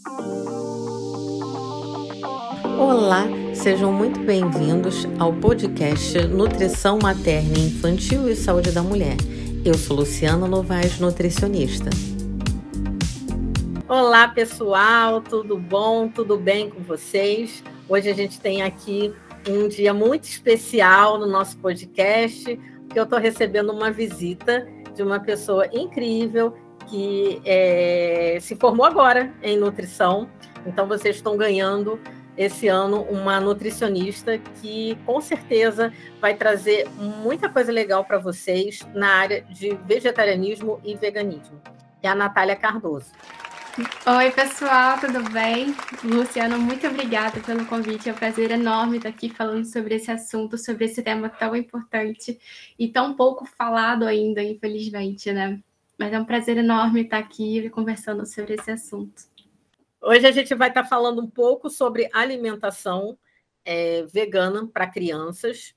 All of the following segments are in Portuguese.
Olá, sejam muito bem-vindos ao podcast Nutrição Materna e Infantil e Saúde da Mulher. Eu sou Luciana Novaes, nutricionista. Olá, pessoal, tudo bom? Tudo bem com vocês? Hoje a gente tem aqui um dia muito especial no nosso podcast, porque eu estou recebendo uma visita de uma pessoa incrível que se formou agora em nutrição. Então, vocês estão ganhando esse ano uma nutricionista que com certeza vai trazer muita coisa legal para vocês na área de vegetarianismo e veganismo. É a Natália Cardoso. Oi, pessoal, tudo bem? Luciana, muito obrigada pelo convite. É um prazer enorme estar aqui falando sobre esse assunto, sobre esse tema tão importante e tão pouco falado ainda, infelizmente, né? Mas é um prazer enorme estar aqui conversando sobre esse assunto. Hoje a gente vai estar falando um pouco sobre alimentação vegana para crianças.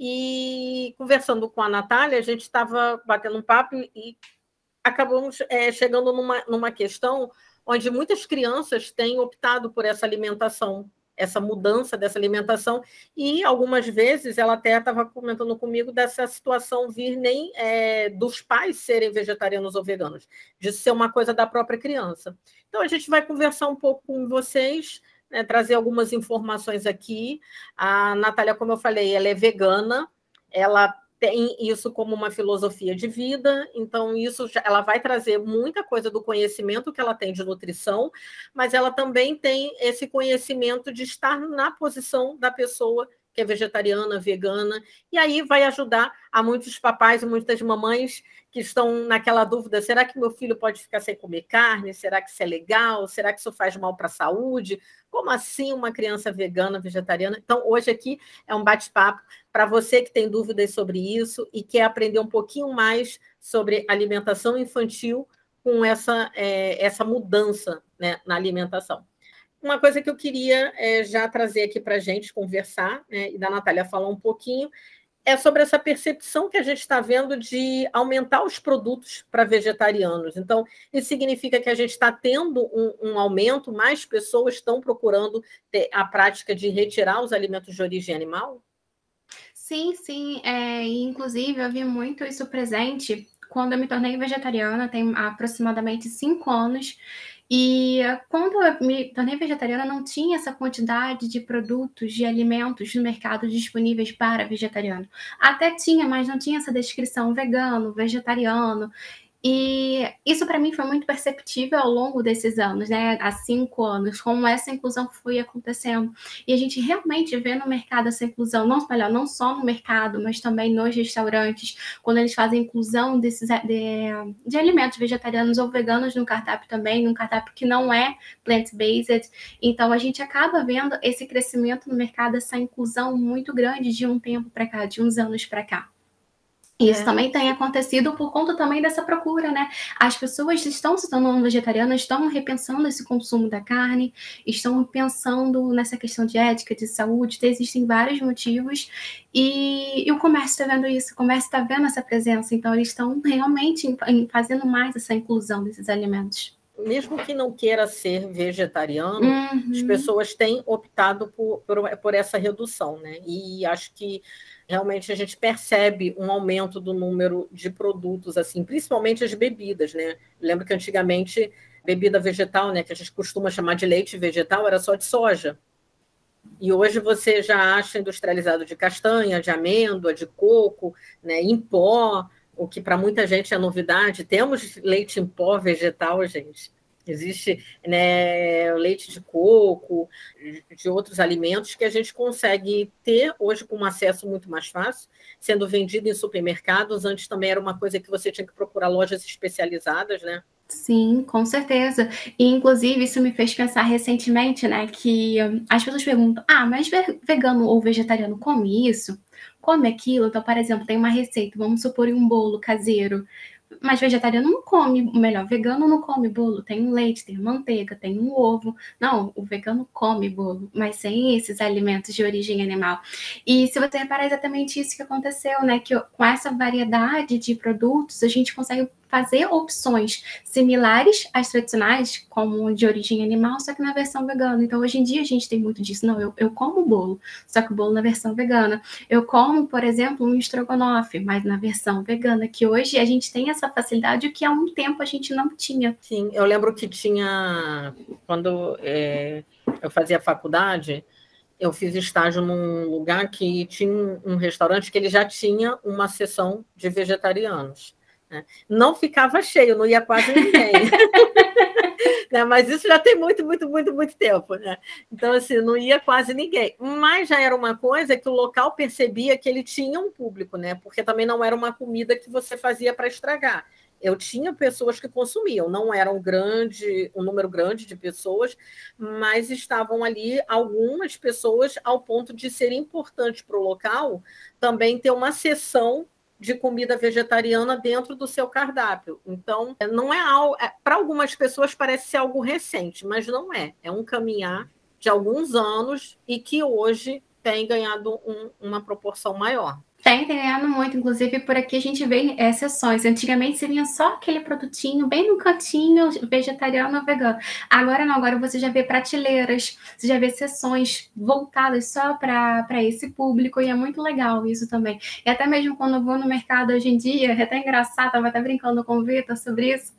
E conversando com a Natália, a gente estava batendo um papo e acabamos chegando numa questão onde muitas crianças têm optado por essa alimentação, essa mudança dessa alimentação, e algumas vezes ela até estava comentando comigo dessa situação vir nem dos pais serem vegetarianos ou veganos, de ser uma coisa da própria criança. Então, a gente vai conversar um pouco com vocês, né, trazer algumas informações aqui. A Natália, como eu falei, ela é vegana, ela tem isso como uma filosofia de vida, então ela vai trazer muita coisa do conhecimento que ela tem de nutrição, mas ela também tem esse conhecimento de estar na posição da pessoa que é vegetariana, vegana, e aí vai ajudar a muitos papais e muitas mamães que estão naquela dúvida: será que meu filho pode ficar sem comer carne? Será que isso é legal? Será que isso faz mal para a saúde? Como assim uma criança vegana, vegetariana? Então, hoje aqui é um bate-papo para você que tem dúvidas sobre isso e quer aprender um pouquinho mais sobre alimentação infantil com essa mudança, né, na alimentação. Uma coisa que eu queria já trazer aqui para a gente conversar, né, e da Natália falar um pouquinho, é sobre essa percepção que a gente está vendo de aumentar os produtos para vegetarianos. Então, isso significa que a gente está tendo um aumento, mais pessoas estão procurando ter a prática de retirar os alimentos de origem animal? Sim, inclusive eu vi muito isso presente quando eu me tornei vegetariana, tem aproximadamente 5 anos, e quando eu me tornei vegetariana não tinha essa quantidade de produtos, de alimentos no mercado disponíveis para vegetariano. Até tinha, mas não tinha essa descrição vegano, vegetariano. E isso para mim foi muito perceptível ao longo desses anos, né? Há 5 anos, como essa inclusão foi acontecendo. E a gente realmente vê no mercado essa inclusão, não só no mercado, mas também nos restaurantes, quando eles fazem inclusão de alimentos vegetarianos ou veganos no cardápio também, num cardápio que não é plant-based. Então a gente acaba vendo esse crescimento no mercado, essa inclusão muito grande de um tempo para cá, de uns anos para cá. Isso também tem acontecido por conta também dessa procura, né? As pessoas estão se tornando vegetarianas, estão repensando esse consumo da carne, estão pensando nessa questão de ética, de saúde, existem vários motivos, e o comércio está vendo isso, o comércio está vendo essa presença, então eles estão realmente fazendo mais essa inclusão desses alimentos. Mesmo que não queira ser vegetariano, as pessoas têm optado por essa redução, né? E acho que realmente a gente percebe um aumento do número de produtos, assim, principalmente as bebidas, né? Lembro que antigamente bebida vegetal, né, que a gente costuma chamar de leite vegetal, era só de soja. E hoje você já acha industrializado de castanha, de amêndoa, de coco, né, em pó, o que para muita gente é novidade. Temos leite em pó vegetal, gente. Existe, né, leite de coco, de outros alimentos que a gente consegue ter hoje com um acesso muito mais fácil, sendo vendido em supermercados. Antes também era uma coisa que você tinha que procurar lojas especializadas, né? Sim, com certeza. E, inclusive, isso me fez pensar recentemente, né, que as pessoas perguntam: mas vegano ou vegetariano come isso? Come aquilo? Então, por exemplo, tem uma receita, vamos supor um bolo caseiro, mas vegetariano não come, melhor, vegano não come bolo, tem um leite, tem manteiga, tem um ovo. Não, o vegano come bolo, mas sem esses alimentos de origem animal. E se você reparar, é exatamente isso que aconteceu, né, que com essa variedade de produtos, a gente consegue fazer opções similares às tradicionais, como de origem animal, só que na versão vegana. Então, hoje em dia, a gente tem muito disso. Não, eu como bolo, só que o bolo na versão vegana. Eu como, por exemplo, um estrogonofe, mas na versão vegana, que hoje a gente tem essa facilidade que há um tempo a gente não tinha. Sim, eu lembro que tinha, quando eu fazia faculdade, eu fiz estágio num lugar que tinha um restaurante que ele já tinha uma seção de vegetarianos, né? Não ficava cheio, não ia quase ninguém. Né? Mas isso já tem muito, muito, muito, muito tempo, né? Então, assim, não ia quase ninguém. Mas já era uma coisa que o local percebia que ele tinha um público, né? Porque também não era uma comida que você fazia para estragar. Eu tinha pessoas que consumiam, não era um número grande de pessoas, mas estavam ali algumas pessoas ao ponto de ser importante para o local também ter uma seção de comida vegetariana dentro do seu cardápio. Então, não é algo. Para algumas pessoas parece ser algo recente, mas não é. É um caminhar de alguns anos e que hoje tem ganhado uma proporção maior. Tem ganhando muito, inclusive por aqui a gente vê exceções. Antigamente você vinha só aquele produtinho bem no cantinho, vegetariano ou vegano. Agora não, agora você já vê prateleiras, você já vê seções voltadas só para esse público, e é muito legal isso também. E até mesmo quando eu vou no mercado hoje em dia, é até engraçado, estava até brincando com o Vitor sobre isso,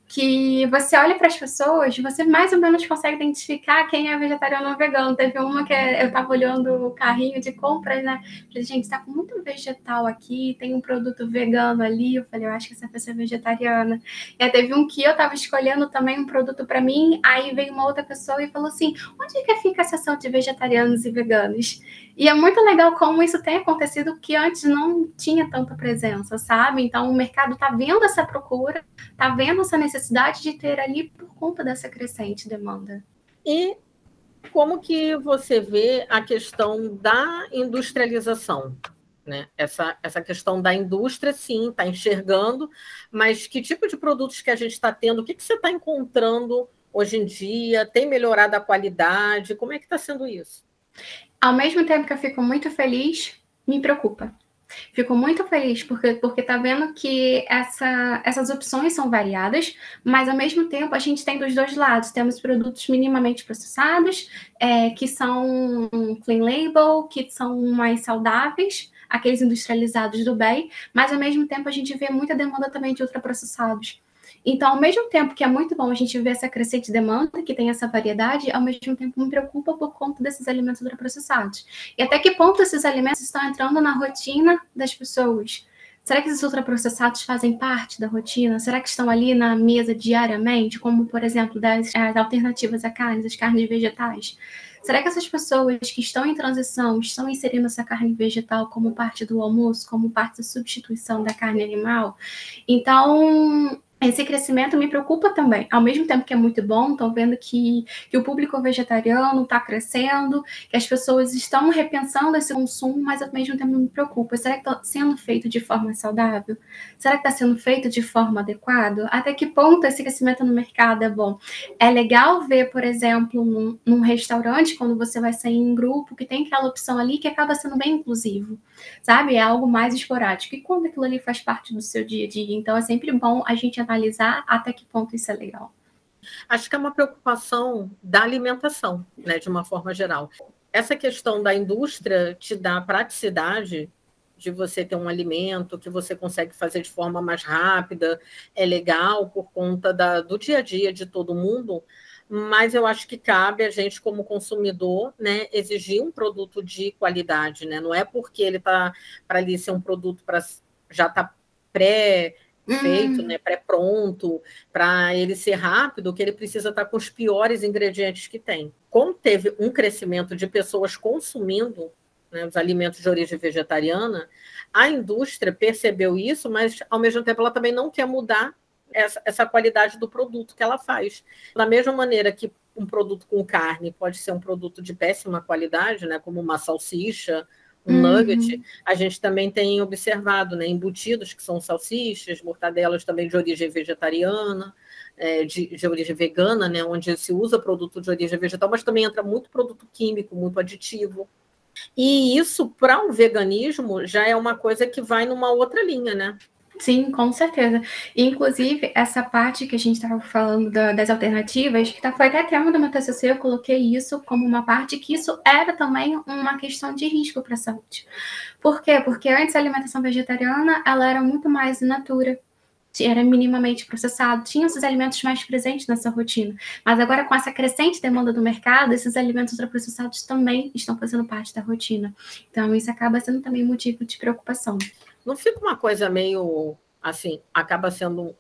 que você olha para as pessoas, você mais ou menos consegue identificar quem é vegetariano ou vegano. Teve uma que eu estava olhando o carrinho de compras, né? Falei, gente, está com muito vegetal aqui, tem um produto vegano ali. Eu falei, eu acho que essa pessoa é vegetariana. E aí teve um que eu estava escolhendo também um produto para mim, aí veio uma outra pessoa e falou assim, onde é que fica a seção de vegetarianos e veganos? E é muito legal como isso tem acontecido, que antes não tinha tanta presença, sabe? Então o mercado está vendo essa procura, está vendo essa necessidade de ter ali por conta dessa crescente demanda. E como que você vê a questão da industrialização? Né? Essa questão da indústria, sim, está enxergando, mas que tipo de produtos que a gente está tendo? O que você está encontrando hoje em dia? Tem melhorado a qualidade? Como é que está sendo isso? Ao mesmo tempo que eu fico muito feliz, me preocupa. Fico muito feliz porque tá vendo que essas opções são variadas, mas ao mesmo tempo a gente tem dos dois lados. Temos produtos minimamente processados, que são clean label, que são mais saudáveis, aqueles industrializados do bem, mas ao mesmo tempo a gente vê muita demanda também de ultraprocessados. Então, ao mesmo tempo que é muito bom a gente ver essa crescente demanda, que tem essa variedade, ao mesmo tempo me preocupa por conta desses alimentos ultraprocessados. E até que ponto esses alimentos estão entrando na rotina das pessoas? Será que esses ultraprocessados fazem parte da rotina? Será que estão ali na mesa diariamente, como, por exemplo, das alternativas a carnes, as carnes vegetais? Será que essas pessoas que estão em transição estão inserindo essa carne vegetal como parte do almoço, como parte da substituição da carne animal? Então, esse crescimento me preocupa também. Ao mesmo tempo que é muito bom, estão vendo que o público vegetariano está crescendo, que as pessoas estão repensando esse consumo, mas ao mesmo tempo me preocupa. Será que está sendo feito de forma saudável? Será que está sendo feito de forma adequada? Até que ponto esse crescimento no mercado é bom? É legal ver, por exemplo, num restaurante, quando você vai sair em grupo, que tem aquela opção ali que acaba sendo bem inclusivo, sabe? É algo mais esporádico. E quando aquilo ali faz parte do seu dia a dia? Então, é sempre bom a gente analisar até que ponto isso é legal. Acho que é uma preocupação da alimentação, né, de uma forma geral. Essa questão da indústria te dá praticidade de você ter um alimento que você consegue fazer de forma mais rápida, é legal por conta do dia a dia de todo mundo, mas eu acho que cabe a gente, como consumidor, né, exigir um produto de qualidade, né? Não é porque ele está para ali ser um produto já está pré-feito, né, pré-pronto, para ele ser rápido, que ele precisa estar com os piores ingredientes que tem. Como teve um crescimento de pessoas consumindo, né, os alimentos de origem vegetariana, a indústria percebeu isso, mas, ao mesmo tempo, ela também não quer mudar essa qualidade do produto que ela faz. Da mesma maneira que um produto com carne pode ser um produto de péssima qualidade, né, como uma salsicha, um nugget, a gente também tem observado, né, embutidos que são salsichas, mortadelas também de origem vegetariana, de origem vegana, né, onde se usa produto de origem vegetal, mas também entra muito produto químico, muito aditivo. E isso, para o veganismo, já é uma coisa que vai numa outra linha, né? Sim, com certeza. Inclusive, essa parte que a gente estava falando das alternativas, que foi até tema do meu TCC, eu coloquei isso como uma parte que isso era também uma questão de risco para a saúde. Por quê? Porque antes a alimentação vegetariana, ela era muito mais in natura, era minimamente processado, tinha esses alimentos mais presentes nessa rotina. Mas agora, com essa crescente demanda do mercado, esses alimentos ultraprocessados também estão fazendo parte da rotina. Então, isso acaba sendo também motivo de preocupação. Não fica uma coisa meio, assim, acaba sendo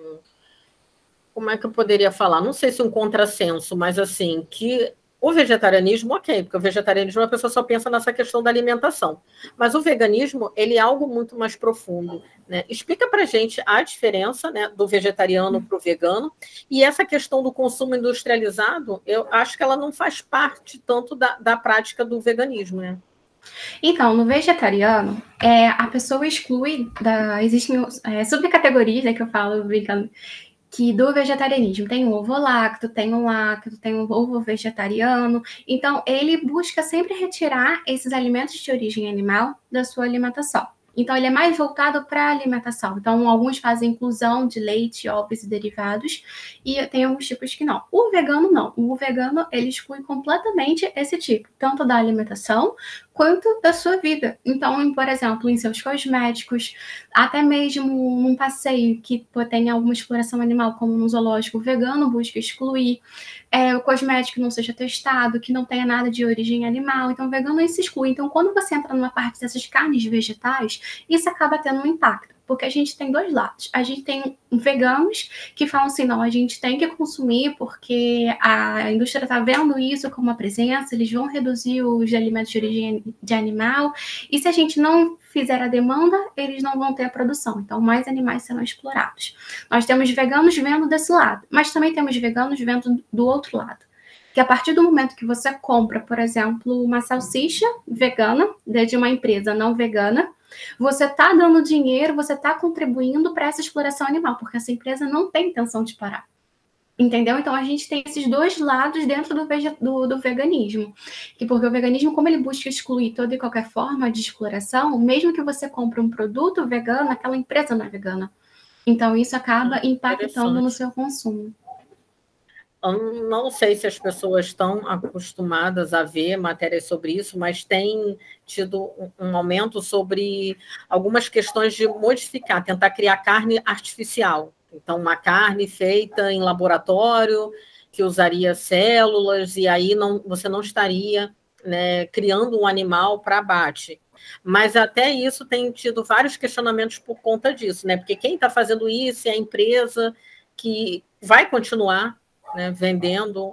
como é que eu poderia falar? Não sei se um contrassenso, mas assim, que o vegetarianismo, ok, porque o vegetarianismo a pessoa só pensa nessa questão da alimentação. Mas o veganismo, ele é algo muito mais profundo. Né? Explica para a gente a diferença, né, do vegetariano para o vegano, e essa questão do consumo industrializado, eu acho que ela não faz parte tanto da prática do veganismo, né? Então, no vegetariano, a pessoa exclui, existem subcategorias, né, que eu falo brincando, que do vegetarianismo tem o ovo-lacto, tem o ovo vegetariano. Então, ele busca sempre retirar esses alimentos de origem animal da sua alimentação. Então, ele é mais voltado para a alimentação. Então, alguns fazem inclusão de leite, ovos e derivados, e tem alguns tipos que não. O vegano, não. O vegano, ele exclui completamente esse tipo, tanto da alimentação quanto da sua vida. Então, por exemplo, em seus cosméticos, até mesmo num passeio que tem alguma exploração animal, como no zoológico, o vegano busca excluir. O cosmético não seja testado, que não tenha nada de origem animal. Então, o vegano aí se exclui. Então, quando você entra numa parte dessas carnes vegetais, isso acaba tendo um impacto. Porque a gente tem dois lados. A gente tem veganos que falam assim, não, a gente tem que consumir porque a indústria está vendo isso como uma presença, eles vão reduzir os alimentos de origem de animal, e se a gente não fizer a demanda, eles não vão ter a produção. Então, mais animais serão explorados. Nós temos veganos vendo desse lado, mas também temos veganos vendo do outro lado. Que a partir do momento que você compra, por exemplo, uma salsicha vegana de uma empresa não vegana, você está dando dinheiro, você está contribuindo para essa exploração animal, porque essa empresa não tem intenção de parar. Entendeu? Então, a gente tem esses dois lados dentro do veganismo. Porque o veganismo, como ele busca excluir toda e qualquer forma de exploração, mesmo que você compre um produto vegano, aquela empresa não é vegana. Então, isso acaba impactando no seu consumo. Eu não sei se as pessoas estão acostumadas a ver matérias sobre isso, mas tem tido um aumento sobre algumas questões de modificar, tentar criar carne artificial. Então, uma carne feita em laboratório, que usaria células, e aí você não estaria, né, criando um animal para abate. Mas até isso tem tido vários questionamentos por conta disso, né? Porque quem está fazendo isso é a empresa que vai continuar, né, vendendo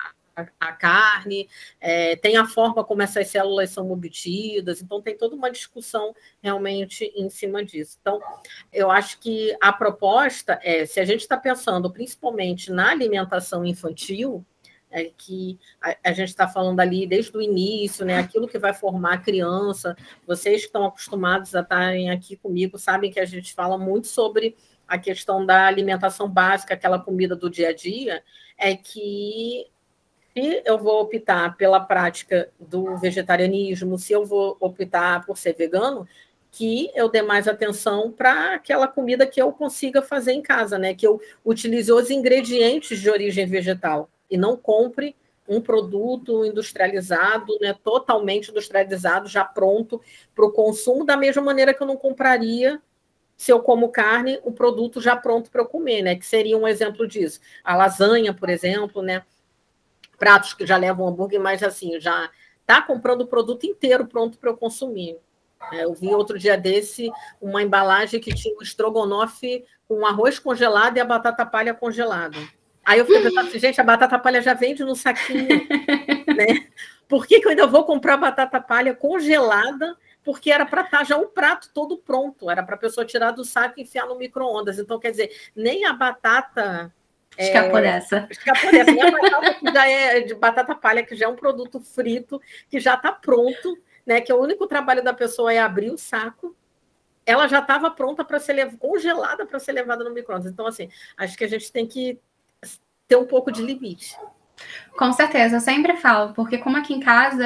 a carne, tem a forma como essas células são obtidas, então tem toda uma discussão realmente em cima disso. Então, eu acho que a proposta se a gente está pensando principalmente na alimentação infantil, que a gente está falando ali desde o início, né, aquilo que vai formar a criança, vocês que estão acostumados a estarem aqui comigo sabem que a gente fala muito sobre a questão da alimentação básica, aquela comida do dia a dia, é que se eu vou optar pela prática do vegetarianismo, se eu vou optar por ser vegano, que eu dê mais atenção para aquela comida que eu consiga fazer em casa, né? Que eu utilize os ingredientes de origem vegetal e não compre um produto industrializado, né, totalmente industrializado, já pronto para o consumo, da mesma maneira que eu não compraria, se eu como carne, um produto já pronto para eu comer, né? Que seria um exemplo disso. A lasanha, por exemplo, né? Pratos que já levam hambúrguer, mas assim, já está comprando o produto inteiro pronto para eu consumir. Eu vi outro dia desse uma embalagem que tinha o estrogonofe com arroz congelado e a batata palha congelada. Aí eu fiquei pensando assim, gente, a batata palha já vende no saquinho, né? Por que eu ainda vou comprar batata palha congelada? Porque era para estar já o prato todo pronto, era para a pessoa tirar do saco e enfiar no micro-ondas. Então, quer dizer, nem a batata... Escapou dessa. Escapou dessa. Nem a batata que já é de batata palha, que já é um produto frito, que já está pronto, né? Que o único trabalho da pessoa é abrir o saco, ela já estava pronta para ser congelada para ser levada no micro-ondas. Então, assim, acho que a gente tem que ter um pouco de limite. Com certeza, eu sempre falo, porque como aqui em casa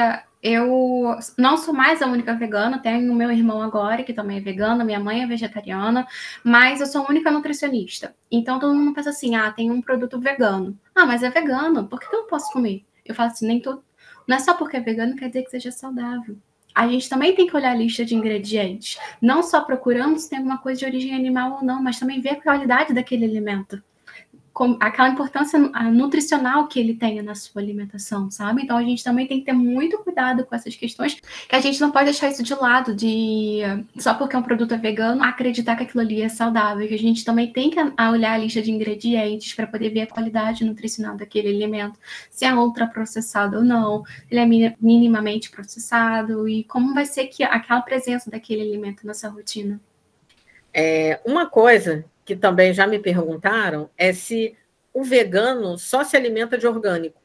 Eu não sou mais a única vegana, tenho meu irmão agora, que também é vegano, minha mãe é vegetariana, mas eu sou a única nutricionista. Então todo mundo pensa assim: ah, tem um produto vegano. Ah, mas é vegano, por que eu não posso comer? Eu falo assim, nem todo. Não é só porque é vegano quer dizer que seja saudável. A gente também tem que olhar a lista de ingredientes, não só procurando se tem alguma coisa de origem animal ou não, mas também ver a qualidade daquele alimento, aquela importância nutricional que ele tenha na sua alimentação, sabe? Então a gente também tem que ter muito cuidado com essas questões, que a gente não pode deixar isso de lado, de só porque um produto é vegano, acreditar que aquilo ali é saudável, que a gente também tem que olhar a lista de ingredientes para poder ver a qualidade nutricional daquele alimento, se é ultraprocessado ou não, se ele é minimamente processado, e como vai ser que aquela presença daquele alimento na sua rotina. Uma coisa que também já me perguntaram é se o vegano só se alimenta de orgânico,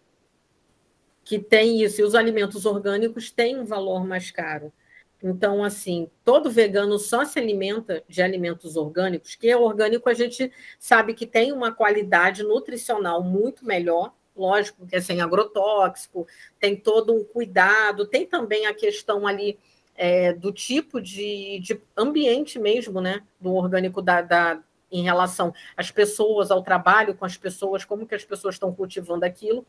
que tem isso, e os alimentos orgânicos têm um valor mais caro. Então, assim, todo vegano só se alimenta de alimentos orgânicos, que é orgânico a gente sabe que tem uma qualidade nutricional muito melhor, lógico que é sem agrotóxico, tem todo um cuidado, tem também a questão ali do tipo de ambiente mesmo, né, do orgânico em relação às pessoas, ao trabalho com as pessoas, como que as pessoas estão cultivando aquilo,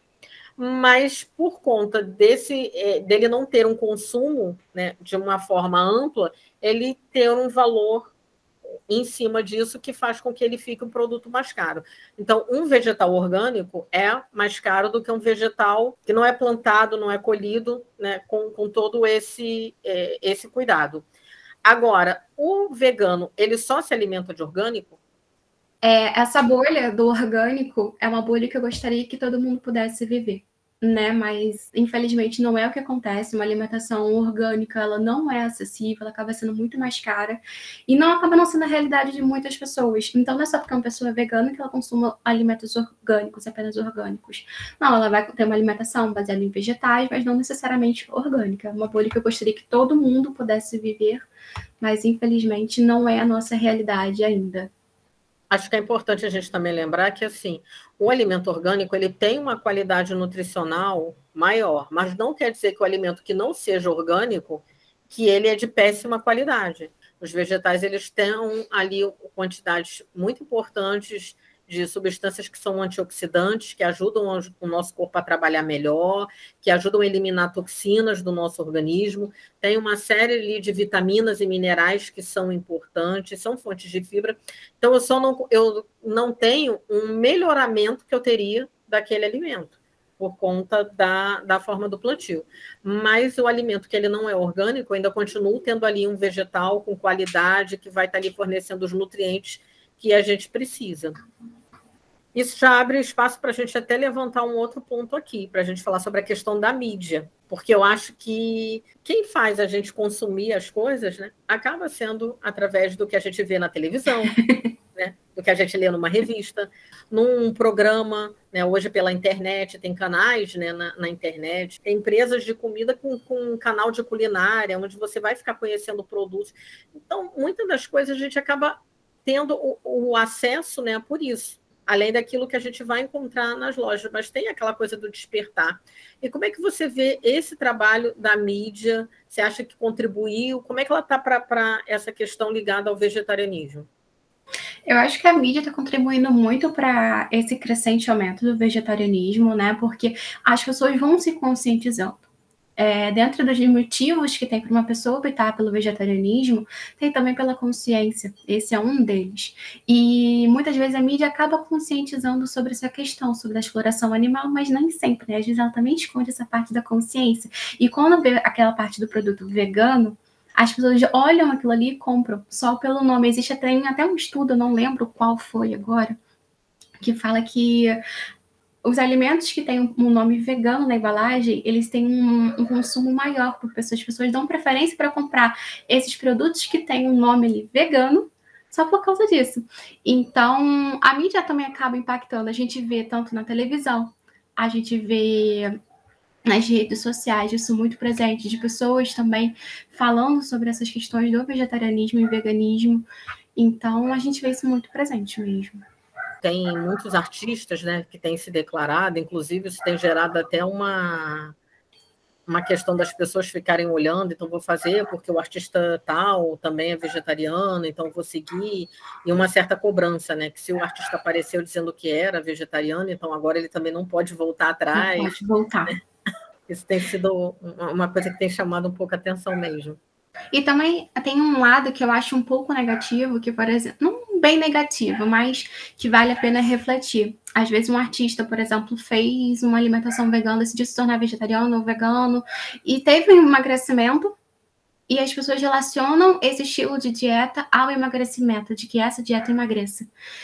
mas por conta dele não ter um consumo, né, de uma forma ampla, ele ter um valor em cima disso que faz com que ele fique um produto mais caro. Então, um vegetal orgânico é mais caro do que um vegetal que não é plantado, não é colhido, né, com todo esse cuidado. Agora, o vegano, ele só se alimenta de orgânico? Essa bolha do orgânico é uma bolha que eu gostaria que todo mundo pudesse viver, né? Mas infelizmente não é o que acontece. Uma alimentação orgânica, ela não é acessível, ela acaba sendo muito mais cara e não acaba não sendo a realidade de muitas pessoas. Então não é só porque uma pessoa é vegana que ela consuma alimentos orgânicos, apenas orgânicos. Não, ela vai ter uma alimentação baseada em vegetais, mas não necessariamente orgânica. É uma bolha que eu gostaria que todo mundo pudesse viver, mas infelizmente não é a nossa realidade ainda. Acho que é importante a gente também lembrar que, assim, o alimento orgânico ele tem uma qualidade nutricional maior, mas não quer dizer que o alimento que não seja orgânico, que ele é de péssima qualidade. Os vegetais, eles têm ali quantidades muito importantes de substâncias que são antioxidantes, que ajudam o nosso corpo a trabalhar melhor, que ajudam a eliminar toxinas do nosso organismo. Tem uma série ali de vitaminas e minerais que são importantes, são fontes de fibra. Então, eu não tenho um melhoramento que eu teria daquele alimento, por conta da forma do plantio. Mas o alimento que ele não é orgânico, eu ainda continuo tendo ali um vegetal com qualidade, que vai estar ali fornecendo os nutrientes que a gente precisa. Isso já abre espaço para a gente até levantar um outro ponto aqui, para a gente falar sobre a questão da mídia, porque eu acho que quem faz a gente consumir as coisas, né, acaba sendo através do que a gente vê na televisão, né, do que a gente lê numa revista, num programa, né, hoje pela internet, tem canais, né, na internet, tem empresas de comida com um canal de culinária, onde você vai ficar conhecendo produtos. Então, muitas das coisas a gente acaba tendo o acesso, né, por isso, além daquilo que a gente vai encontrar nas lojas, mas tem aquela coisa do despertar. E como é que você vê esse trabalho da mídia? Você acha que contribuiu? Como é que ela está para essa questão ligada ao vegetarianismo? Eu acho que a mídia está contribuindo muito para esse crescente aumento do vegetarianismo, né? Porque as pessoas vão se conscientizando. Dentro dos motivos que tem para uma pessoa optar pelo vegetarianismo, tem também pela consciência. Esse é um deles. E muitas vezes a mídia acaba conscientizando sobre essa questão, sobre a exploração animal, mas nem sempre, né? Às vezes ela também esconde essa parte da consciência. E quando vê aquela parte do produto vegano, as pessoas olham aquilo ali e compram, só pelo nome. Existe até um estudo, eu não lembro qual foi agora, que fala que os alimentos que têm um nome vegano na embalagem, eles têm um consumo maior por pessoas. As pessoas dão preferência para comprar esses produtos que têm um nome ali vegano, só por causa disso. Então, a mídia também acaba impactando. A gente vê tanto na televisão, a gente vê nas redes sociais isso muito presente, de pessoas também falando sobre essas questões do vegetarianismo e veganismo. Então, a gente vê isso muito presente mesmo. Tem muitos artistas, né, que têm se declarado, inclusive isso tem gerado até uma uma questão das pessoas ficarem olhando, então vou fazer porque o artista tal também é vegetariano, então vou seguir, e uma certa cobrança, né? Que se o artista apareceu dizendo que era vegetariano, então agora ele também não pode voltar atrás. Não pode voltar. Né? Isso tem sido uma coisa que tem chamado um pouco a atenção mesmo. E também tem um lado que eu acho um pouco negativo, que, por exemplo, não bem negativo, mas que vale a pena refletir. Às vezes um artista, por exemplo, fez uma alimentação vegana, decidiu se tornar vegetariano ou vegano, e teve um emagrecimento, e as pessoas relacionam esse estilo de dieta ao emagrecimento, de que essa dieta emagreça.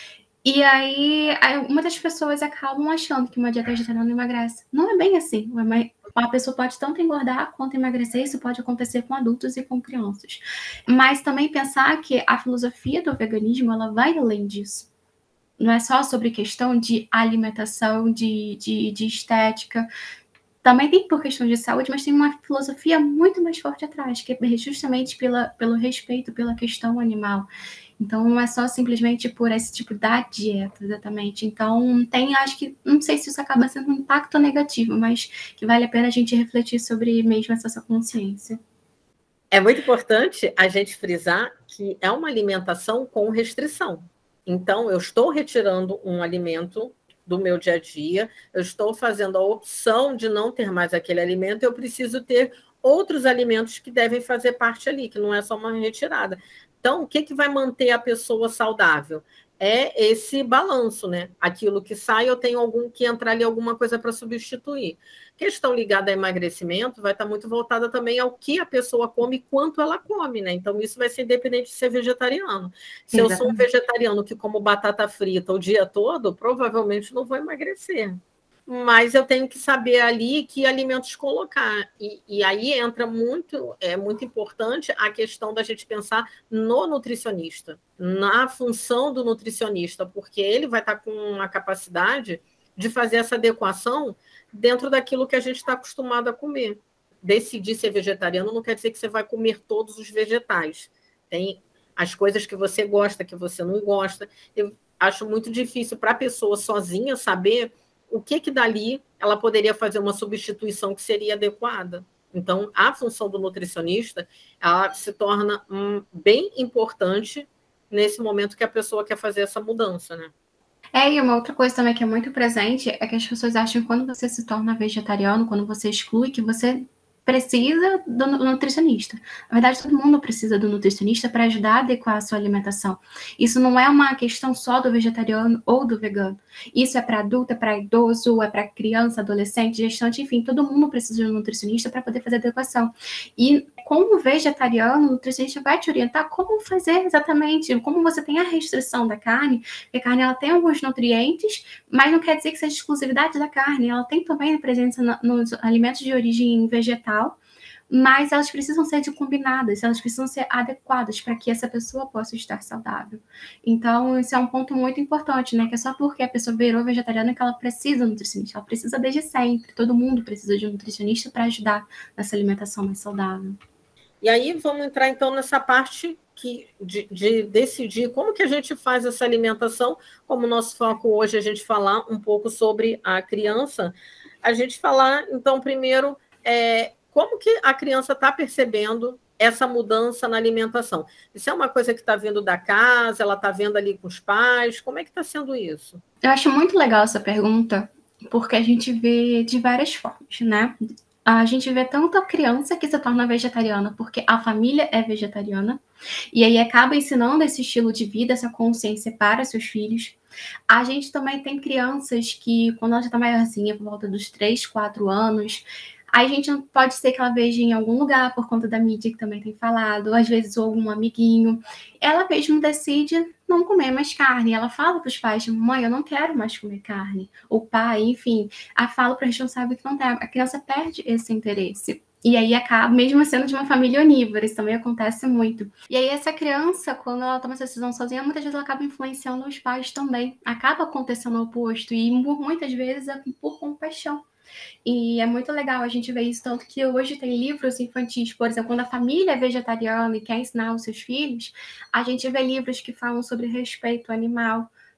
E aí, muitas pessoas acabam achando que uma dieta vegetariana emagrece. Não é bem assim. A pessoa pode tanto engordar quanto emagrecer. Isso pode acontecer com adultos e com crianças. Mas também pensar que a filosofia do veganismo, ela vai além disso. Não é só sobre questão de alimentação, de estética. Também tem por questão de saúde, mas tem uma filosofia muito mais forte atrás, que é justamente pelo respeito pela questão animal. Então, não é só simplesmente por esse tipo da dieta, exatamente. Então, acho que, não sei se isso acaba sendo um impacto negativo, mas que vale a pena a gente refletir sobre mesmo essa consciência. É muito importante a gente frisar que é uma alimentação com restrição. Então, eu estou retirando um alimento do meu dia a dia, eu estou fazendo a opção de não ter mais aquele alimento, eu preciso ter outros alimentos que devem fazer parte ali, que não é só uma retirada. Então, o que vai manter a pessoa saudável? É esse balanço, né? Aquilo que sai, eu tenho que entrar ali alguma coisa para substituir. Questão ligada a emagrecimento vai estar muito voltada também ao que a pessoa come e quanto ela come, né? Então, isso vai ser independente de ser vegetariano. Se eu sou um vegetariano que como batata frita o dia todo, provavelmente não vou emagrecer. Mas eu tenho que saber ali que alimentos colocar. E aí entra é muito importante a questão da gente pensar no nutricionista, na função do nutricionista, porque ele vai estar com a capacidade de fazer essa adequação dentro daquilo que a gente está acostumado a comer. Decidir ser vegetariano não quer dizer que você vai comer todos os vegetais. Tem as coisas que você gosta, que você não gosta. Eu acho muito difícil para a pessoa sozinha saber o que dali ela poderia fazer uma substituição que seria adequada. Então, a função do nutricionista ela se torna bem importante nesse momento que a pessoa quer fazer essa mudança, né? E uma outra coisa também que é muito presente é que as pessoas acham que quando você se torna vegetariano, quando você exclui, que você precisa do nutricionista. Na verdade, todo mundo precisa do nutricionista para ajudar a adequar a sua alimentação. Isso não é uma questão só do vegetariano ou do vegano. Isso é para adulto, é para idoso, é para criança, adolescente, gestante, enfim, todo mundo precisa de um nutricionista para poder fazer a adequação. E como vegetariano, o nutricionista vai te orientar como fazer exatamente, como você tem a restrição da carne, porque a carne ela tem alguns nutrientes, mas não quer dizer que seja exclusividade da carne, ela tem também a presença nos alimentos de origem vegetal, mas elas precisam ser combinadas, elas precisam ser adequadas para que essa pessoa possa estar saudável. Então, isso é um ponto muito importante, né? Que é só porque a pessoa virou vegetariana que ela precisa de um nutricionista, ela precisa desde sempre, todo mundo precisa de um nutricionista para ajudar nessa alimentação mais saudável. E aí vamos entrar então nessa parte de decidir como que a gente faz essa alimentação, como o nosso foco hoje é a gente falar um pouco sobre a criança, a gente falar então primeiro como que a criança está percebendo essa mudança na alimentação. Isso é uma coisa que está vindo da casa, ela está vendo ali com os pais, como é que está sendo isso? Eu acho muito legal essa pergunta, porque a gente vê de várias formas, né? A gente vê tanto a criança que se torna vegetariana porque a família é vegetariana, e aí acaba ensinando esse estilo de vida, essa consciência para seus filhos. A gente também tem crianças que, quando ela já está maiorzinha, por volta dos 3, 4 anos, a gente não pode ser que ela veja em algum lugar, por conta da mídia que também tem falado, ou às vezes ou um amiguinho, ela mesmo decide não comer mais carne. Ela fala para os pais, mãe, eu não quero mais comer carne. O pai, enfim, fala para o responsável que não dá. A criança perde esse interesse. E aí acaba, mesmo sendo de uma família onívora, isso também acontece muito. E aí essa criança, quando ela toma essa decisão sozinha, muitas vezes ela acaba influenciando os pais também. Acaba acontecendo o oposto, e muitas vezes é por compaixão. E é muito legal a gente ver isso, tanto que hoje tem livros infantis, por exemplo, quando a família é vegetariana e quer ensinar os seus filhos, a gente vê livros que falam sobre respeito animal,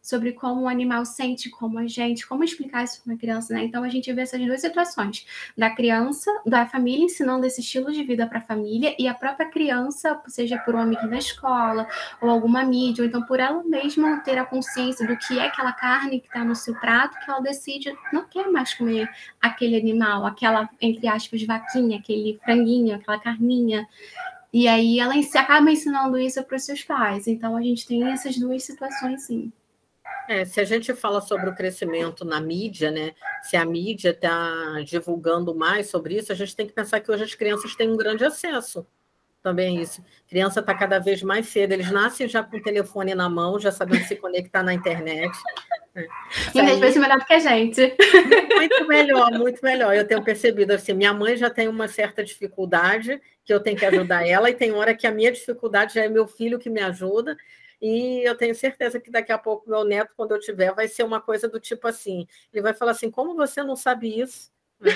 sobre como o animal sente, como a gente, como explicar isso para uma criança, né? Então a gente vê essas duas situações, da criança, da família ensinando esse estilo de vida para a família e a própria criança, seja por um amigo na escola ou alguma mídia, ou então por ela mesma ter a consciência do que é aquela carne que está no seu prato, que ela decide não quer mais comer aquele animal, aquela, entre aspas, vaquinha, aquele franguinho, aquela carninha. E aí ela acaba ensinando isso para os seus pais. Então a gente tem essas duas situações, sim. Se a gente fala sobre o crescimento na mídia, né? Se a mídia está divulgando mais sobre isso, a gente tem que pensar que hoje as crianças têm um grande acesso também a isso. A criança está cada vez mais cedo, eles nascem já com o telefone na mão, já sabendo se conectar na internet. E às vezes melhor do que a gente. Muito melhor, muito melhor. Eu tenho percebido assim, minha mãe já tem uma certa dificuldade, que eu tenho que ajudar ela, e tem hora que a minha dificuldade já é meu filho que me ajuda, e eu tenho certeza que daqui a pouco meu neto, quando eu tiver, vai ser uma coisa do tipo assim, ele vai falar assim, como você não sabe isso?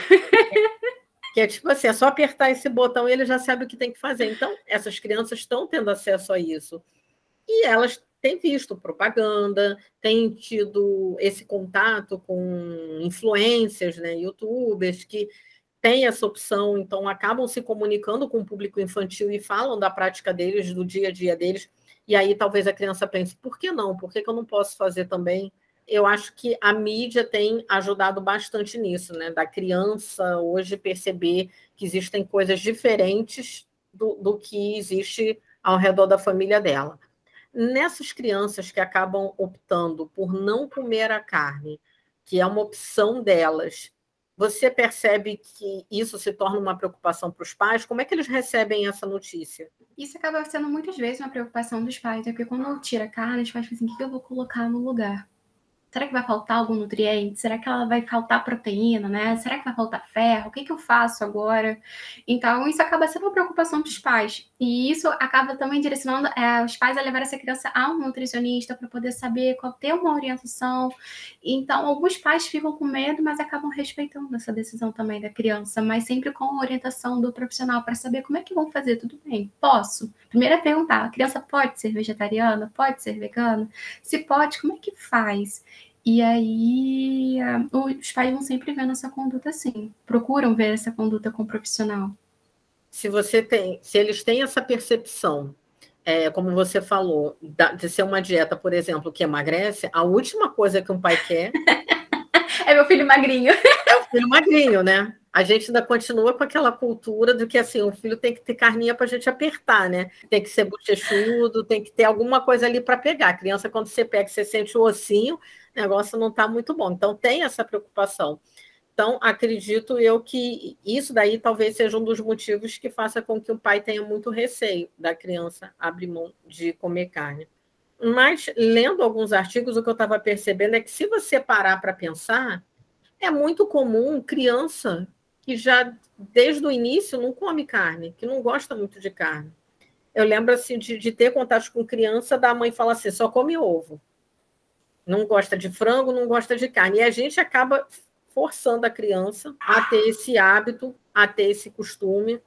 Que é tipo assim, é só apertar esse botão e ele já sabe o que tem que fazer. Então, essas crianças estão tendo acesso a isso. E elas têm visto propaganda, têm tido esse contato com influências, né, youtubers, que têm essa opção, então acabam se comunicando com o público infantil e falam da prática deles, do dia a dia deles. E aí talvez a criança pense, por que não? Por que eu não posso fazer também? Eu acho que a mídia tem ajudado bastante nisso, né? Da criança hoje perceber que existem coisas diferentes do que existe ao redor da família dela. Nessas crianças que acabam optando por não comer a carne, que é uma opção delas, você percebe que isso se torna uma preocupação para os pais? Como é que eles recebem essa notícia? Isso acaba sendo muitas vezes uma preocupação dos pais, porque quando tira a carne, os pais pensam, o que eu vou colocar no lugar? Será que vai faltar algum nutriente? Será que ela vai faltar proteína, né? Será que vai faltar ferro? O que eu faço agora? Então, isso acaba sendo uma preocupação dos pais. E isso acaba também direcionando os pais a levar essa criança a um nutricionista para poder saber qual ter uma orientação. Então, alguns pais ficam com medo, mas acabam respeitando essa decisão também da criança, mas sempre com a orientação do profissional para saber como é que vão fazer. Tudo bem, posso? Primeiro é perguntar, a criança pode ser vegetariana? Pode ser vegana? Se pode, como é que faz? E aí, os pais vão sempre vendo essa conduta assim, procuram ver essa conduta com o profissional. Se eles têm essa percepção, como você falou, de ser uma dieta, por exemplo, que emagrece, a última coisa que um pai quer é meu filho magrinho. É o filho magrinho, né? A gente ainda continua com aquela cultura de que assim, o filho tem que ter carninha para a gente apertar, né? Tem que ser bochechudo, tem que ter alguma coisa ali para pegar. A criança, quando você pega, você sente o ossinho, o negócio não está muito bom. Então, tem essa preocupação. Então, acredito eu que isso daí talvez seja um dos motivos que faça com que o pai tenha muito receio da criança abrir mão de comer carne. Mas, lendo alguns artigos, o que eu estava percebendo é que se você parar para pensar, é muito comum criança que já, desde o início, não come carne, que não gosta muito de carne. Eu lembro assim, de ter contato com criança, da mãe falar assim, só come ovo. Não gosta de frango, não gosta de carne. E a gente acaba forçando a criança a ter esse hábito, a ter esse costume,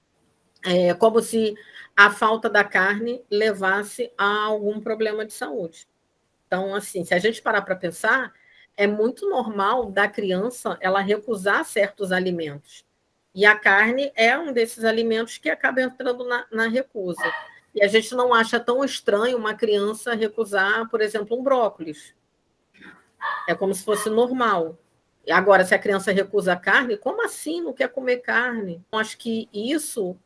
como se a falta da carne levasse a algum problema de saúde. Então, assim, se a gente parar para pensar, é muito normal da criança ela recusar certos alimentos. E a carne é um desses alimentos que acaba entrando na recusa. E a gente não acha tão estranho uma criança recusar, por exemplo, um brócolis. É como se fosse normal. Agora, se a criança recusa a carne, como assim não quer comer carne? Eu acho que isso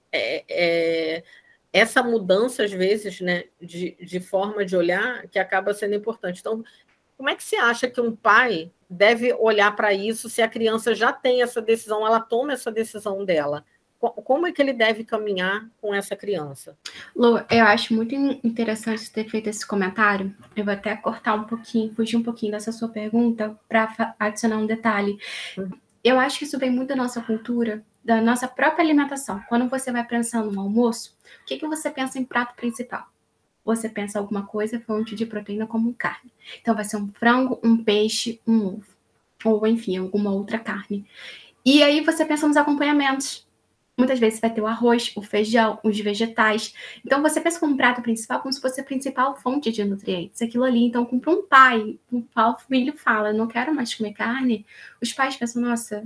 essa mudança, às vezes, né, de forma de olhar, que acaba sendo importante. Então, como é que você acha que um pai deve olhar para isso se a criança já tem essa decisão, ela toma essa decisão dela? Como é que ele deve caminhar com essa criança? Lu, eu acho muito interessante ter feito esse comentário. Eu vou até cortar um pouquinho, fugir um pouquinho dessa sua pergunta para adicionar um detalhe. Eu acho que isso vem muito da nossa cultura, da nossa própria alimentação. Quando você vai pensando no almoço, o que você pensa em prato principal? Você pensa alguma coisa, fonte de proteína como carne. Então vai ser um frango, um peixe, um ovo. Ou, enfim, alguma outra carne. E aí você pensa nos acompanhamentos. Muitas vezes vai ter o arroz, o feijão, os vegetais. Então, você pensa como um prato principal, como se fosse a principal fonte de nutrientes. Aquilo ali, então, para um pai, o filho fala, não quero mais comer carne, os pais pensam, nossa,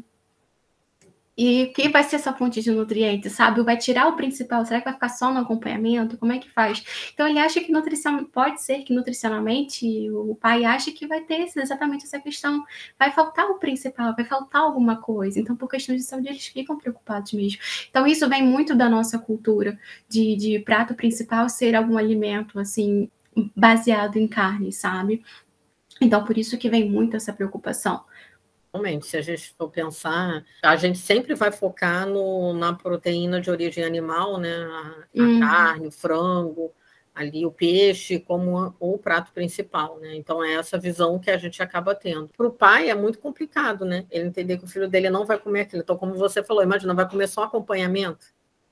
e o que vai ser essa fonte de nutrientes, sabe? Vai tirar o principal? Será que vai ficar só no acompanhamento? Como é que faz? Então, ele acha que nutrição, pode ser que nutricionalmente o pai acha que vai ter exatamente essa questão. Vai faltar o principal, vai faltar alguma coisa. Então, por questões de saúde, eles ficam preocupados mesmo. Então, isso vem muito da nossa cultura de prato principal ser algum alimento, assim, baseado em carne, sabe? Então, por isso que vem muito essa preocupação. Realmente, se a gente for pensar, a gente sempre vai focar na proteína de origem animal, né? A carne, o frango, ali o peixe como o prato principal, né? Então é essa visão que a gente acaba tendo. Para o pai é muito complicado, né? Ele entender que o filho dele não vai comer aquilo. Então, como você falou, imagina, vai comer só acompanhamento.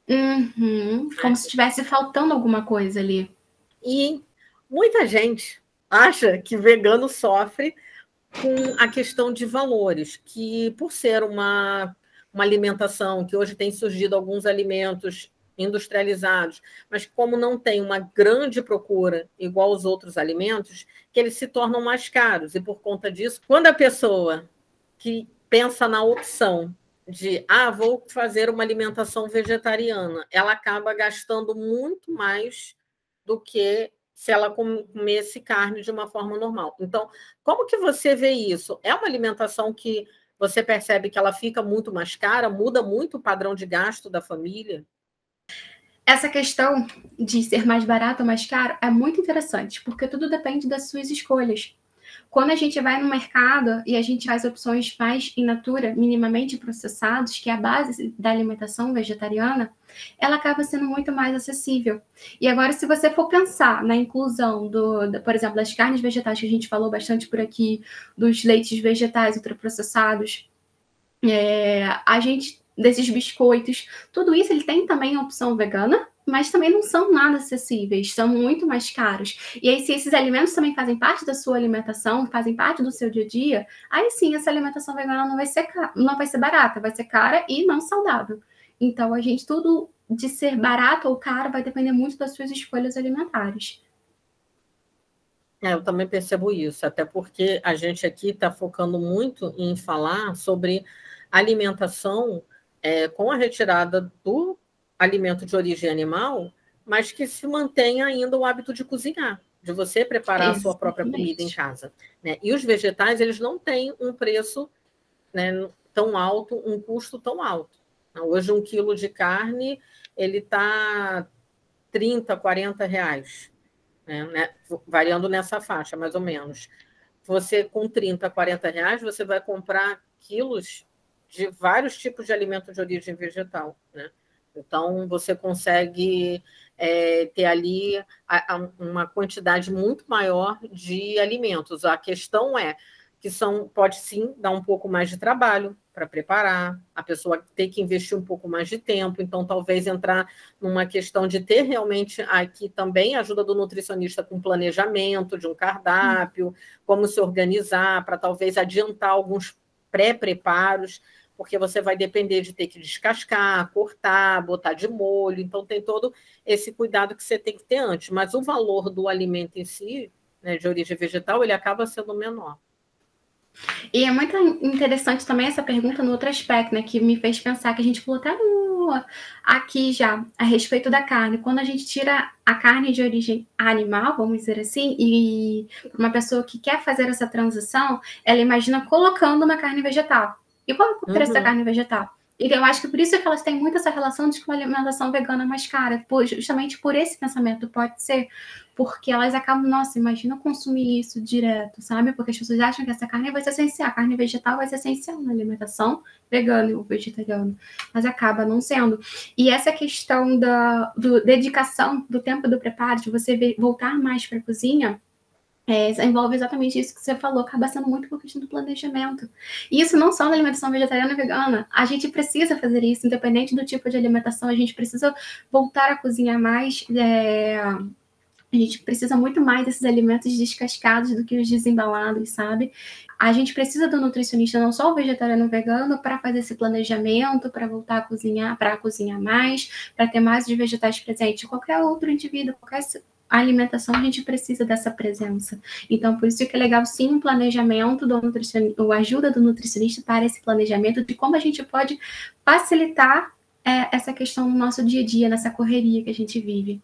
Como se estivesse faltando alguma coisa ali. E muita gente acha que vegano sofre com a questão de valores, que por ser uma alimentação, que hoje tem surgido alguns alimentos industrializados, mas como não tem uma grande procura igual aos outros alimentos, que eles se tornam mais caros. E por conta disso, quando a pessoa que pensa na opção de vou fazer uma alimentação vegetariana, ela acaba gastando muito mais do que se ela comesse carne de uma forma normal. Então, como que você vê isso? É uma alimentação que você percebe que ela fica muito mais cara, muda muito o padrão de gasto da família? Essa questão de ser mais barato ou mais caro é muito interessante, porque tudo depende das suas escolhas. Quando a gente vai no mercado e a gente faz opções mais in natura, minimamente processados, que é a base da alimentação vegetariana, ela acaba sendo muito mais acessível. E agora, se você for pensar na inclusão por exemplo, das carnes vegetais, que a gente falou bastante por aqui, dos leites vegetais ultraprocessados, desses biscoitos, tudo isso ele tem também a opção vegana, mas também não são nada acessíveis, são muito mais caros. E aí, se esses alimentos também fazem parte da sua alimentação, fazem parte do seu dia a dia, aí sim, essa alimentação vegana não vai ser barata, vai ser cara e não saudável. Então, tudo de ser barato ou caro vai depender muito das suas escolhas alimentares. Eu também percebo isso, até porque a gente aqui está focando muito em falar sobre alimentação com a retirada do alimento de origem animal, mas que se mantém ainda o hábito de cozinhar, de você preparar a sua própria comida em casa, né? E os vegetais, eles não têm um preço, né, tão alto, um custo tão alto. Hoje, 1 quilo de carne, ele está R$30, R$40, né? Variando nessa faixa, mais ou menos. Você, com R$30, R$40, você vai comprar quilos de vários tipos de alimento de origem vegetal, né? Então, você consegue ter ali uma quantidade muito maior de alimentos. A questão é que pode sim dar um pouco mais de trabalho para preparar, a pessoa tem que investir um pouco mais de tempo, então talvez entrar numa questão de ter realmente aqui também a ajuda do nutricionista com planejamento de um cardápio, como se organizar para talvez adiantar alguns pré-preparos, porque você vai depender de ter que descascar, cortar, botar de molho, então tem todo esse cuidado que você tem que ter antes, mas o valor do alimento em si, né, de origem vegetal, ele acaba sendo menor. E é muito interessante também essa pergunta no outro aspecto, né, que me fez pensar, que a gente falou até aqui já, a respeito da carne. Quando a gente tira a carne de origem animal, vamos dizer assim, e uma pessoa que quer fazer essa transição, ela imagina colocando uma carne vegetal. E qual é o preço da carne vegetal? E eu acho que por isso é que elas têm muito essa relação de que uma alimentação vegana é mais cara, justamente por esse pensamento, pode ser, porque elas acabam, nossa, imagina consumir isso direto, sabe? Porque as pessoas acham que essa carne vai ser essencial, a carne vegetal vai ser essencial na alimentação vegana ou vegetariana, mas acaba não sendo. E essa questão da dedicação do tempo do preparo, de você voltar mais para a cozinha, envolve exatamente isso que você falou, acaba sendo muito por questão do planejamento. E isso não só na alimentação vegetariana e vegana, a gente precisa fazer isso, independente do tipo de alimentação, a gente precisa voltar a cozinhar mais, A gente precisa muito mais desses alimentos descascados do que os desembalados, sabe? A gente precisa do nutricionista, não só o vegetariano vegano, para fazer esse planejamento, para voltar a cozinhar, para cozinhar mais, para ter mais de vegetais presentes. Qualquer outro indivíduo, qualquer alimentação, a gente precisa dessa presença. Então, por isso que é legal, sim, o planejamento do nutricionista, ou a ajuda do nutricionista para esse planejamento de como a gente pode facilitar essa questão no nosso dia a dia, nessa correria que a gente vive.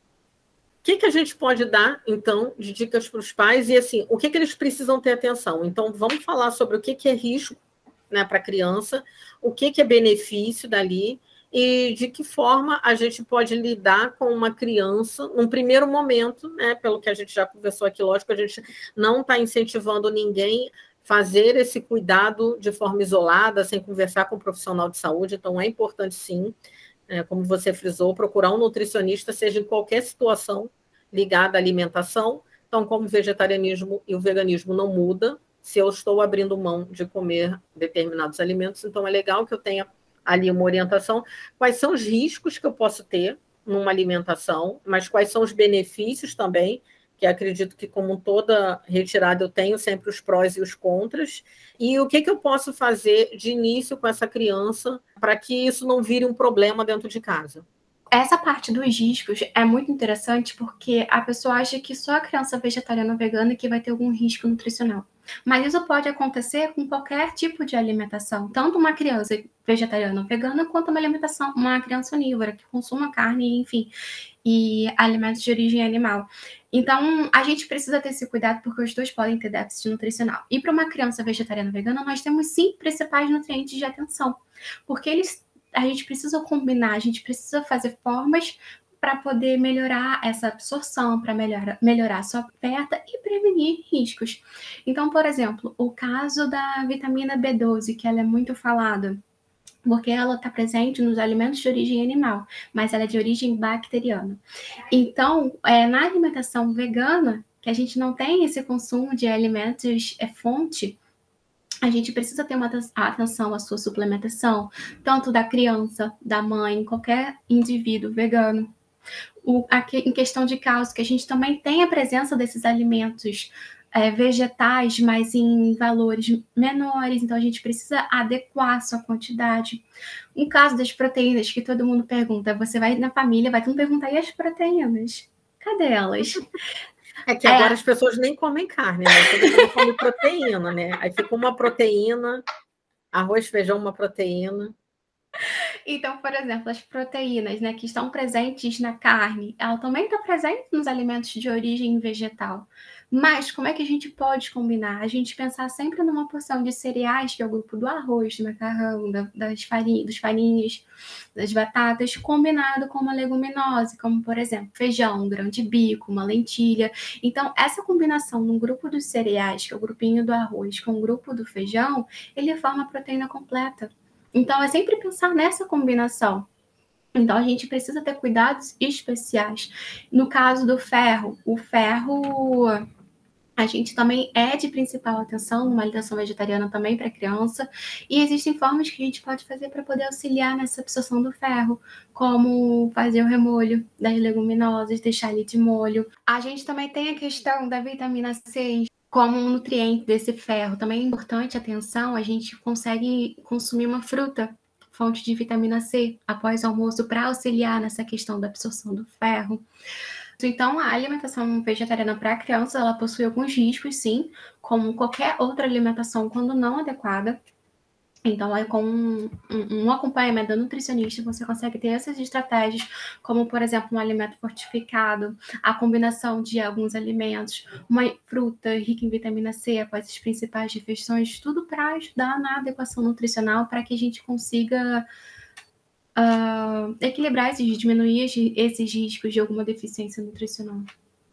O que a gente pode dar, então, de dicas para os pais? E, assim, o que eles precisam ter atenção? Então, vamos falar sobre o que é risco, né, para a criança, o que é benefício dali e de que forma a gente pode lidar com uma criança num primeiro momento, né, pelo que a gente já conversou aqui, lógico, a gente não está incentivando ninguém fazer esse cuidado de forma isolada, sem conversar com um profissional de saúde, então é importante, sim, como você frisou, procurar um nutricionista, seja em qualquer situação ligada à alimentação. Então, como o vegetarianismo e o veganismo não muda, se eu estou abrindo mão de comer determinados alimentos, então é legal que eu tenha ali uma orientação. Quais são os riscos que eu posso ter numa alimentação, mas quais são os benefícios também, que acredito que, como toda retirada, eu tenho sempre os prós e os contras, e o que eu posso fazer de início com essa criança para que isso não vire um problema dentro de casa. Essa parte dos riscos é muito interessante porque a pessoa acha que só a criança vegetariana ou vegana que vai ter algum risco nutricional. Mas isso pode acontecer com qualquer tipo de alimentação, tanto uma criança vegetariana ou vegana, quanto uma criança onívora, que consuma carne, enfim, e alimentos de origem animal. Então, a gente precisa ter esse cuidado porque os dois podem ter déficit nutricional. E para uma criança vegetariana ou vegana, nós temos 5 principais nutrientes de atenção, porque a gente precisa combinar, a gente precisa fazer formas para poder melhorar essa absorção, para melhorar a sua oferta e prevenir riscos. Então, por exemplo, o caso da vitamina B12, que ela é muito falada, porque ela está presente nos alimentos de origem animal, mas ela é de origem bacteriana. Então, na alimentação vegana, que a gente não tem esse consumo de alimentos fonte, a gente precisa ter uma atenção à sua suplementação, tanto da criança, da mãe, qualquer indivíduo vegano. Em questão de cálcio, que a gente também tem a presença desses alimentos vegetais, mas em valores menores, então a gente precisa adequar a sua quantidade. No caso das proteínas, que todo mundo pergunta, você vai na família, vai todo mundo perguntar, e as proteínas? Cadê elas? É que agora as pessoas nem comem carne, né? Todo mundo come proteína, né? Aí fica uma proteína, arroz, feijão, uma proteína. Então, por exemplo, as proteínas, né, que estão presentes na carne, ela também está presente nos alimentos de origem vegetal. Mas como é que a gente pode combinar? A gente pensar sempre numa porção de cereais, que é o grupo do arroz, do macarrão, dos farinhas, das batatas, combinado com uma leguminosa, como, por exemplo, feijão, um grão de bico, uma lentilha. Então, essa combinação num grupo dos cereais, que é o grupinho do arroz, com o grupo do feijão, ele forma a proteína completa. Então, é sempre pensar nessa combinação. Então, a gente precisa ter cuidados especiais. No caso do ferro, o ferro a gente também é de principal atenção numa alimentação vegetariana também para criança. E existem formas que a gente pode fazer para poder auxiliar nessa absorção do ferro, como fazer o remolho das leguminosas, deixar ele de molho. A gente também tem a questão da vitamina C, como um nutriente desse ferro. Também é importante, atenção, a gente consegue consumir uma fruta, fonte de vitamina C, após o almoço, para auxiliar nessa questão da absorção do ferro. Então, a alimentação vegetariana para criança, ela possui alguns riscos, sim, como qualquer outra alimentação quando não adequada. Então, com um acompanhamento da nutricionista, você consegue ter essas estratégias, como, por exemplo, um alimento fortificado, a combinação de alguns alimentos, uma fruta rica em vitamina C após as principais refeições, tudo para ajudar na adequação nutricional, para que a gente consiga equilibrar diminuir esses riscos de alguma deficiência nutricional.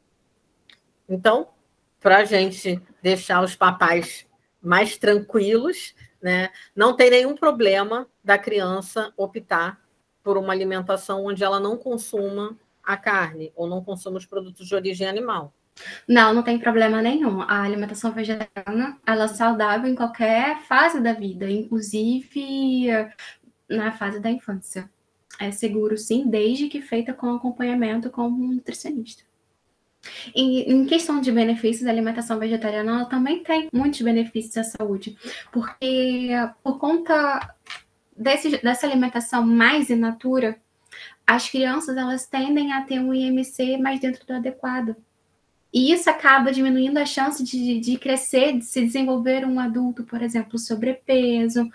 Então, para a gente deixar os papais mais tranquilos, né, não tem nenhum problema da criança optar por uma alimentação onde ela não consuma a carne ou não consuma os produtos de origem animal. Não tem problema nenhum. A alimentação vegetariana, ela é saudável em qualquer fase da vida, inclusive na fase da infância. É seguro, sim, desde que feita com acompanhamento com um nutricionista. Em questão de benefícios, a alimentação vegetariana ela também tem muitos benefícios à saúde, porque por conta dessa alimentação mais in natura, as crianças elas tendem a ter um IMC mais dentro do adequado. E isso acaba diminuindo a chance de crescer, de se desenvolver um adulto, por exemplo, sobrepeso,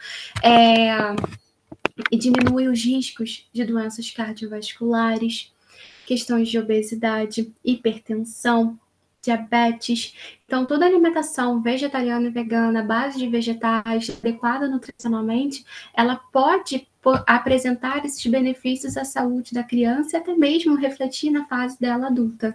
e diminui os riscos de doenças cardiovasculares, questões de obesidade, hipertensão, diabetes. Então, toda alimentação vegetariana e vegana, à base de vegetais, adequada nutricionalmente, ela pode apresentar esses benefícios à saúde da criança e até mesmo refletir na fase dela adulta.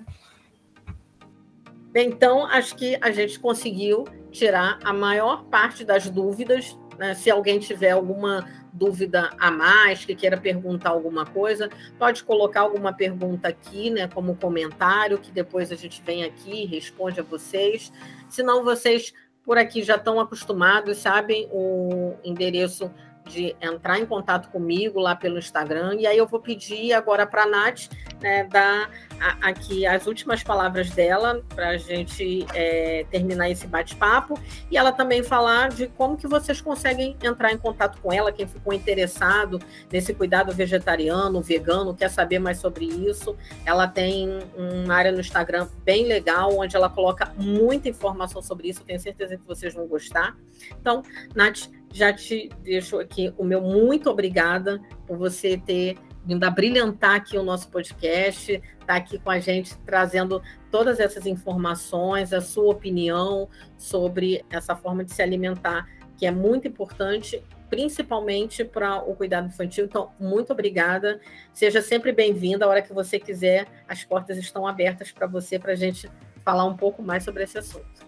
Bem, então, acho que a gente conseguiu tirar a maior parte das dúvidas, né? Se alguém tiver alguma dúvida a mais, que queira perguntar alguma coisa, pode colocar alguma pergunta aqui, né, como comentário, que depois a gente vem aqui e responde a vocês. Se não, vocês por aqui já estão acostumados, sabem o endereço de entrar em contato comigo lá pelo Instagram, e aí eu vou pedir agora para a Nath, né, dar aqui as últimas palavras dela para a gente terminar esse bate-papo, e ela também falar de como que vocês conseguem entrar em contato com ela, quem ficou interessado nesse cuidado vegetariano, vegano, quer saber mais sobre isso. Ela tem uma área no Instagram bem legal, onde ela coloca muita informação sobre isso, eu tenho certeza que vocês vão gostar. Então, Nath, já te deixo aqui o meu muito obrigada por você ter vindo a brilhantar aqui o nosso podcast, estar aqui com a gente trazendo todas essas informações, a sua opinião sobre essa forma de se alimentar, que é muito importante, principalmente para o cuidado infantil. Então, muito obrigada. Seja sempre bem-vinda. A hora que você quiser, as portas estão abertas para você, para a gente falar um pouco mais sobre esse assunto.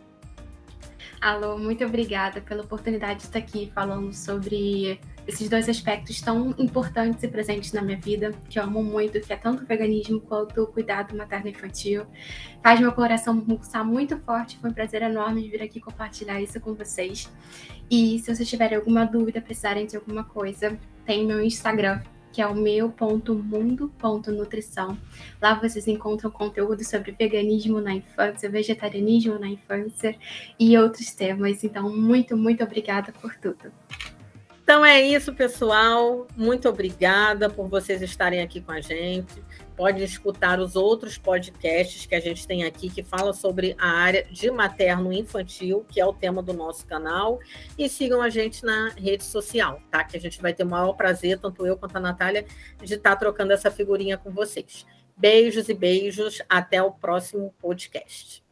Alô, muito obrigada pela oportunidade de estar aqui falando sobre esses dois aspectos tão importantes e presentes na minha vida, que eu amo muito, que é tanto o veganismo quanto o cuidado materno-infantil. Faz meu coração pulsar muito forte, foi um prazer enorme vir aqui compartilhar isso com vocês. E se vocês tiverem alguma dúvida, precisarem de alguma coisa, tem meu Instagram, que é o meu.mundo.nutrição. Lá vocês encontram conteúdo sobre veganismo na infância, vegetarianismo na infância e outros temas. Então, muito, muito obrigada por tudo. Então é isso, pessoal. Muito obrigada por vocês estarem aqui com a gente. Pode escutar os outros podcasts que a gente tem aqui, que falam sobre a área de materno-infantil, que é o tema do nosso canal. E sigam a gente na rede social, tá? Que a gente vai ter o maior prazer, tanto eu quanto a Natália, de estar trocando essa figurinha com vocês. Beijos e beijos. Até o próximo podcast.